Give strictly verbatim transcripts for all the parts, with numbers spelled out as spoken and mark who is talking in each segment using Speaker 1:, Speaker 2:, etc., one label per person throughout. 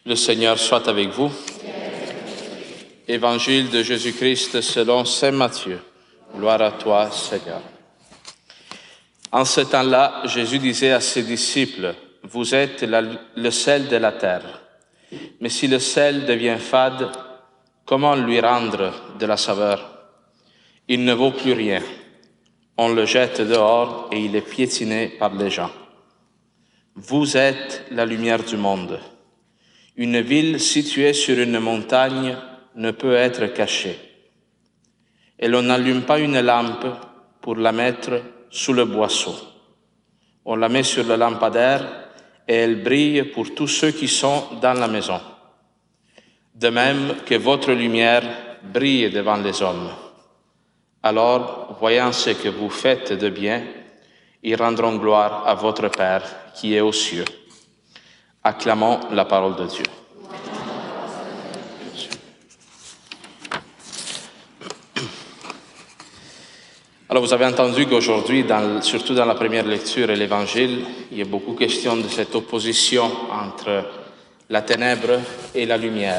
Speaker 1: Le Seigneur soit avec vous. Évangile de Jésus-Christ selon saint Matthieu. Gloire à toi, Seigneur. En ce temps-là, Jésus disait à ses disciples, « Vous êtes la, le sel de la terre. Mais si le sel devient fade, comment lui rendre de la saveur? Il ne vaut plus rien. On le jette dehors et il est piétiné par les gens. Vous êtes la lumière du monde. Une ville située sur une montagne ne peut être cachée. Et l'on n'allume pas une lampe pour la mettre sous le boisseau. On la met sur le lampadaire et elle brille pour tous ceux qui sont dans la maison. De même que votre lumière brille devant les hommes. Alors, voyant ce que vous faites de bien, ils rendront gloire à votre Père qui est aux cieux. Acclamons la parole de Dieu. Alors, vous avez entendu qu'aujourd'hui, dans, surtout dans la première lecture et l'Évangile, il y a beaucoup question de cette opposition entre la ténèbre et la lumière.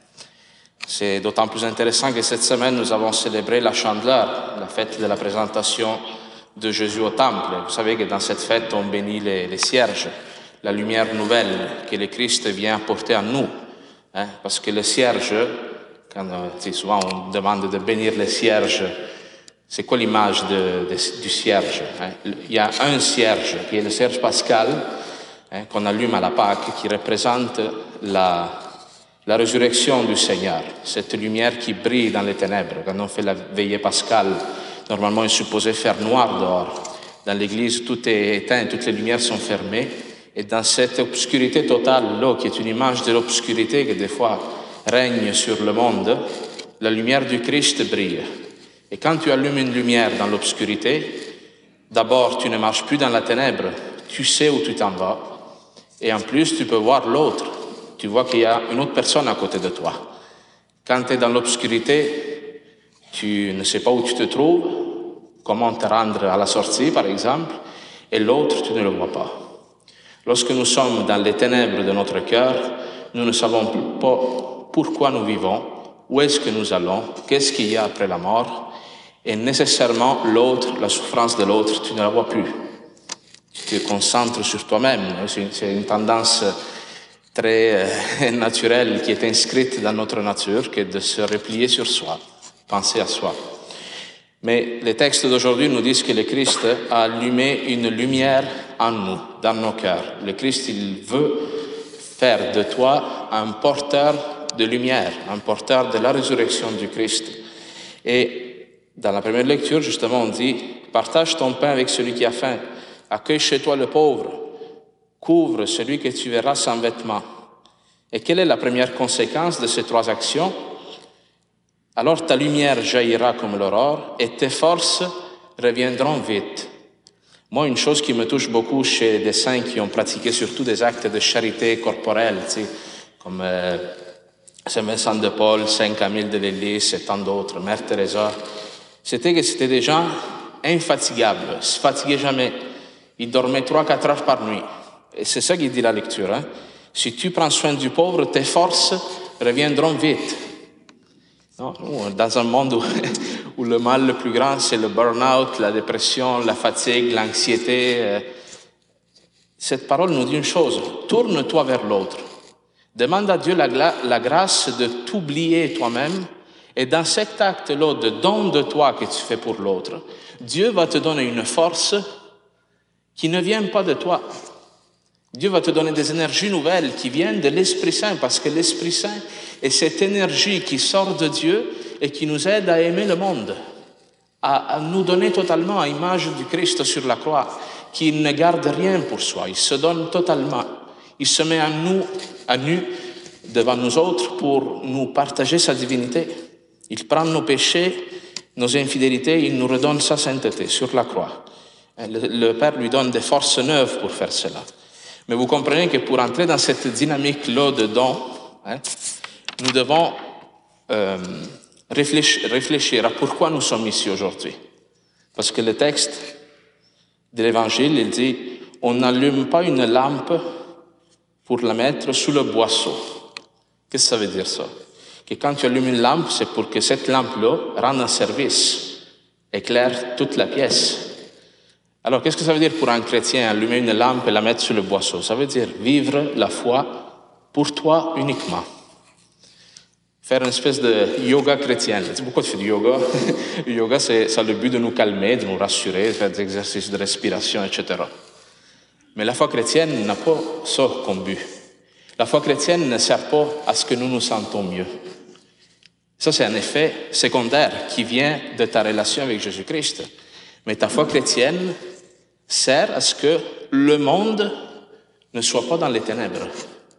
Speaker 1: C'est d'autant plus intéressant que cette semaine, nous avons célébré la Chandeleur, la fête de la présentation de Jésus au Temple. Vous savez que dans cette fête, on bénit les, les cierges, la lumière nouvelle que le Christ vient apporter à nous. Hein? Parce que le cierge, quand souvent on demande de bénir les cierges, c'est quoi l'image de, de, du cierge? Hein? Il y a un cierge, qui est le cierge pascal, hein, qu'on allume à la Pâque, qui représente la, la résurrection du Seigneur, cette lumière qui brille dans les ténèbres. Quand on fait la veillée pascale, normalement, il est supposé faire noir dehors. Dans l'église, tout est éteint, toutes les lumières sont fermées. Et dans cette obscurité totale, là, qui est une image de l'obscurité qui des fois règne sur le monde, la lumière du Christ brille. Et quand tu allumes une lumière dans l'obscurité, d'abord, tu ne marches plus dans la ténèbre, tu sais où tu t'en vas. Et en plus, tu peux voir l'autre. Tu vois qu'il y a une autre personne à côté de toi. Quand tu es dans l'obscurité, tu ne sais pas où tu te trouves, comment te rendre à la sortie, par exemple, et l'autre, tu ne le vois pas. Lorsque nous sommes dans les ténèbres de notre cœur, nous ne savons pas pourquoi nous vivons, où est-ce que nous allons, qu'est-ce qu'il y a après la mort, et nécessairement l'autre, la souffrance de l'autre, tu ne la vois plus. Tu te concentres sur toi-même. C'est une tendance très euh, naturelle qui est inscrite dans notre nature, qui est de se replier sur soi, penser à soi. Mais les textes d'aujourd'hui nous disent que le Christ a allumé une lumière en nous, dans nos cœurs. Le Christ, il veut faire de toi un porteur de lumière, un porteur de la résurrection du Christ. Et dans la première lecture, justement, on dit « Partage ton pain avec celui qui a faim, accueille chez toi le pauvre, couvre celui que tu verras sans vêtements. » Et quelle est la première conséquence de ces trois actions? Alors ta lumière jaillira comme l'aurore et tes forces reviendront vite. Moi, une chose qui me touche beaucoup chez des saints qui ont pratiqué surtout des actes de charité corporelle, tu sais, comme euh, Saint Vincent de Paul, Saint Camille de l'Église et tant d'autres, Mère Teresa, c'était que c'était des gens infatigables, ne se fatiguaient jamais. Ils dormaient trois à quatre heures par nuit. Et c'est ça qu'il dit la lecture. Hein? Si tu prends soin du pauvre, tes forces reviendront vite. Non, dans un monde où, où le mal le plus grand, c'est le burn-out, la dépression, la fatigue, l'anxiété. Cette parole nous dit une chose, tourne-toi vers l'autre. Demande à Dieu la, la grâce de t'oublier toi-même et dans cet acte-là de don de toi que tu fais pour l'autre, Dieu va te donner une force qui ne vient pas de toi. Dieu va te donner des énergies nouvelles qui viennent de l'Esprit Saint, parce que l'Esprit Saint est cette énergie qui sort de Dieu et qui nous aide à aimer le monde, à, à nous donner totalement à l'image du Christ sur la croix, qui ne garde rien pour soi, il se donne totalement. Il se met à nous, à nu, devant nous autres pour nous partager sa divinité. Il prend nos péchés, nos infidélités, il nous redonne sa sainteté sur la croix. Le, le Père lui donne des forces neuves pour faire cela. Mais vous comprenez que pour entrer dans cette dynamique-là de don, hein, nous devons euh, réfléchir, réfléchir à pourquoi nous sommes ici aujourd'hui. Parce que le texte de l'Évangile, il dit « On n'allume pas une lampe pour la mettre sous le boisseau. » Qu'est-ce que ça veut dire ça? Que quand tu allumes une lampe, c'est pour que cette lampe-là rende un service, éclaire toute la pièce. Alors, qu'est-ce que ça veut dire pour un chrétien, allumer une lampe et la mettre sur le boisseau? Ça veut dire vivre la foi pour toi uniquement. Faire une espèce de yoga chrétien. Pourquoi tu fais du yoga? Le yoga, c'est, ça a le but de nous calmer, de nous rassurer, de faire des exercices de respiration, et cetera. Mais la foi chrétienne n'a pas ça comme but. La foi chrétienne ne sert pas à ce que nous nous sentons mieux. Ça, c'est un effet secondaire qui vient de ta relation avec Jésus-Christ. Mais ta foi chrétienne sert à ce que le monde ne soit pas dans les ténèbres.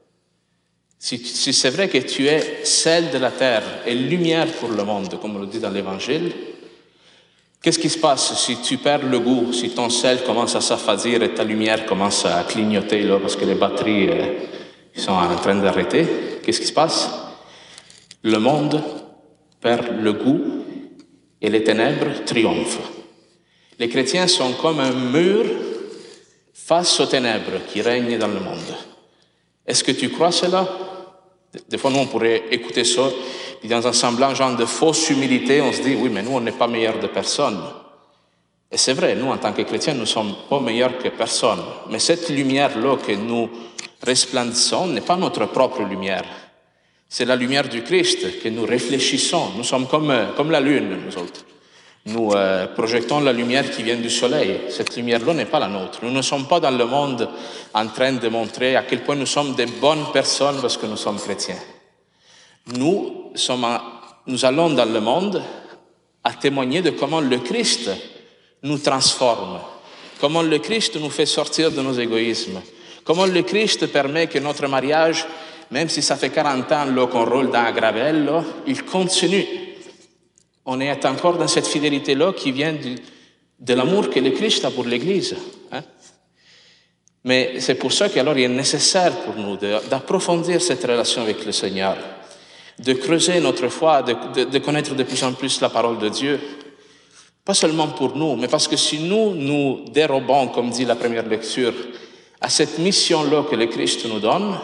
Speaker 1: Si, si c'est vrai que tu es sel de la terre et lumière pour le monde, comme on le dit dans l'Évangile, qu'est-ce qui se passe si tu perds le goût, si ton sel commence à s'affadir et ta lumière commence à clignoter là, parce que les batteries euh, sont en train d'arrêter? Qu'est-ce qui se passe? Le monde perd le goût et les ténèbres triomphent. Les chrétiens sont comme un mur face aux ténèbres qui règnent dans le monde. Est-ce que tu crois cela? Des fois, nous, on pourrait écouter ça, et dans un semblant genre de fausse humilité, on se dit, oui, mais nous, on n'est pas meilleurs de personne. Et c'est vrai, nous, en tant que chrétiens, nous ne sommes pas meilleurs que personne. Mais cette lumière-là que nous resplendissons n'est pas notre propre lumière. C'est la lumière du Christ que nous réfléchissons. Nous sommes comme, comme la lune, nous autres. Nous euh, projetons la lumière qui vient du soleil. Cette lumière-là n'est pas la nôtre. Nous ne sommes pas dans le monde en train de montrer à quel point nous sommes des bonnes personnes parce que nous sommes chrétiens. Nous, sommes en, nous allons dans le monde à témoigner de comment le Christ nous transforme, comment le Christ nous fait sortir de nos égoïsmes, comment le Christ permet que notre mariage, même si ça fait quarante ans là, qu'on roule dans la gravelle, là, il continue. On est encore dans cette fidélité-là qui vient du, de l'amour que le Christ a pour l'Église. Hein? Mais c'est pour ça qu'alors il est nécessaire pour nous de, d'approfondir cette relation avec le Seigneur, de creuser notre foi, de, de, de connaître de plus en plus la parole de Dieu. Pas seulement pour nous, mais parce que si nous nous dérobons, comme dit la première lecture, à cette mission-là que le Christ nous donne,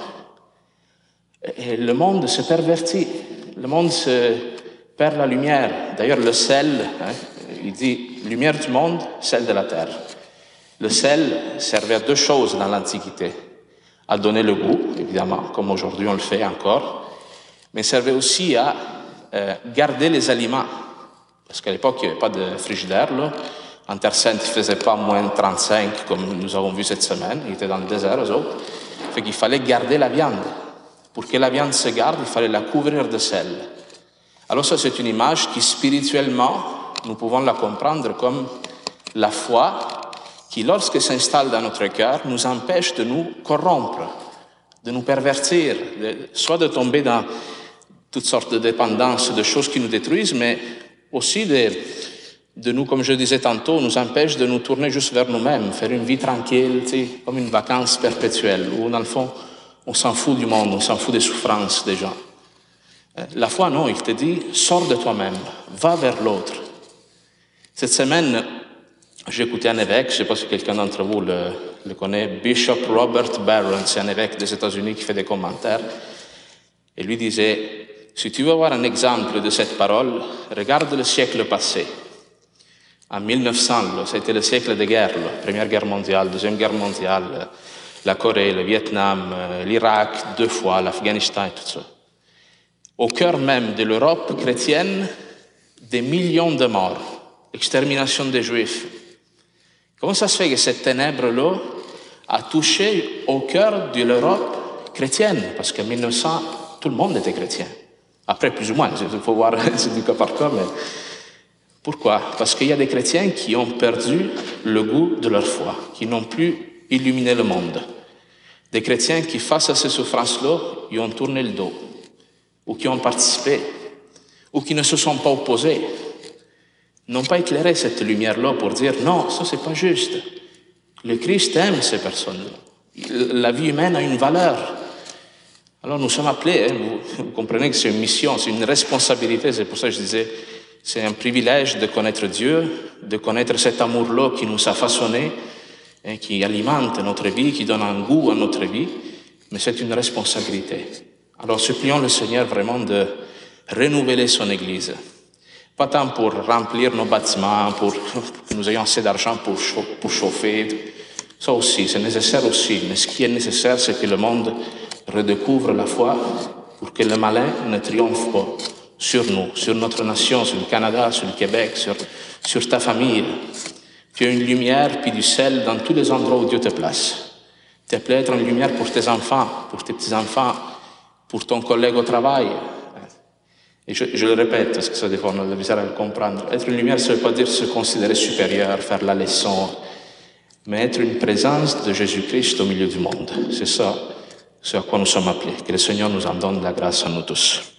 Speaker 1: et le monde se pervertit, le monde se perd la lumière. D'ailleurs, le sel, hein, il dit lumière du monde, sel de la terre. Le sel servait à deux choses dans l'Antiquité. À donner le goût, évidemment, comme aujourd'hui on le fait encore, mais servait aussi à euh, garder les aliments. Parce qu'à l'époque, il n'y avait pas de frigidaire, là. En Terre Sainte, il ne faisait pas moins trente-cinq, comme nous avons vu cette semaine. Il était dans le désert, eux autres. Fait qu'il fallait garder la viande. Pour que la viande se garde, il fallait la couvrir de sel. Alors ça, c'est une image qui, spirituellement, nous pouvons la comprendre comme la foi qui, lorsque s'installe dans notre cœur, nous empêche de nous corrompre, de nous pervertir, de, soit de tomber dans toutes sortes de dépendances, de choses qui nous détruisent, mais aussi de, de nous, comme je disais tantôt, nous empêche de nous tourner juste vers nous-mêmes, faire une vie tranquille, tu sais, comme une vacance perpétuelle, où dans le fond, on s'en fout du monde, on s'en fout des souffrances des gens. La foi, non, il te dit, sors de toi-même, va vers l'autre. Cette semaine, j'ai écouté un évêque, je ne sais pas si quelqu'un d'entre vous le, le connaît, Bishop Robert Barron, c'est un évêque des États-Unis qui fait des commentaires, et lui disait, si tu veux avoir un exemple de cette parole, regarde le siècle passé. En mille neuf cents, là, ça a été le siècle de guerre, là, Première Guerre mondiale, Deuxième Guerre mondiale, la Corée, le Vietnam, l'Irak, deux fois, l'Afghanistan et tout ça. Au cœur même de l'Europe chrétienne, des millions de morts, extermination des Juifs. Comment ça se fait que cette ténèbre-là a touché au cœur de l'Europe chrétienne? Parce qu'en mille neuf cents, tout le monde était chrétien. Après, plus ou moins, il faut voir, c'est du cas par cas, mais pourquoi? Parce qu'il y a des chrétiens qui ont perdu le goût de leur foi, qui n'ont plus illuminé le monde. Des chrétiens qui, face à ces souffrances-là, ils ont tourné le dos, ou qui ont participé, ou qui ne se sont pas opposés, n'ont pas éclairé cette lumière-là pour dire « Non, ça c'est pas juste. Le Christ aime ces personnes-là. La vie humaine a une valeur. » Alors nous sommes appelés, hein, vous, vous comprenez que c'est une mission, c'est une responsabilité, c'est pour ça que je disais, c'est un privilège de connaître Dieu, de connaître cet amour-là qui nous a façonnés, hein, qui alimente notre vie, qui donne un goût à notre vie, mais c'est une responsabilité. Alors supplions le Seigneur vraiment de renouveler son Église. Pas tant pour remplir nos bâtiments, pour que nous ayons assez d'argent pour, pour chauffer. Ça aussi, c'est nécessaire aussi. Mais ce qui est nécessaire, c'est que le monde redécouvre la foi pour que le malin ne triomphe pas sur nous, sur notre nation, sur le Canada, sur le Québec, sur, sur ta famille. Tu es une lumière puis du sel dans tous les endroits où Dieu te place. Tu es appelé à être une lumière pour tes enfants, pour tes petits-enfants, pour ton collègue au travail. Et je, je le répète, parce que ça, des fois, on a de misère à le comprendre. Être une lumière, ça ne veut pas dire se considérer supérieur, faire la leçon, mais être une présence de Jésus-Christ au milieu du monde. C'est ça, ce à quoi nous sommes appelés. Que le Seigneur nous en donne la grâce à nous tous.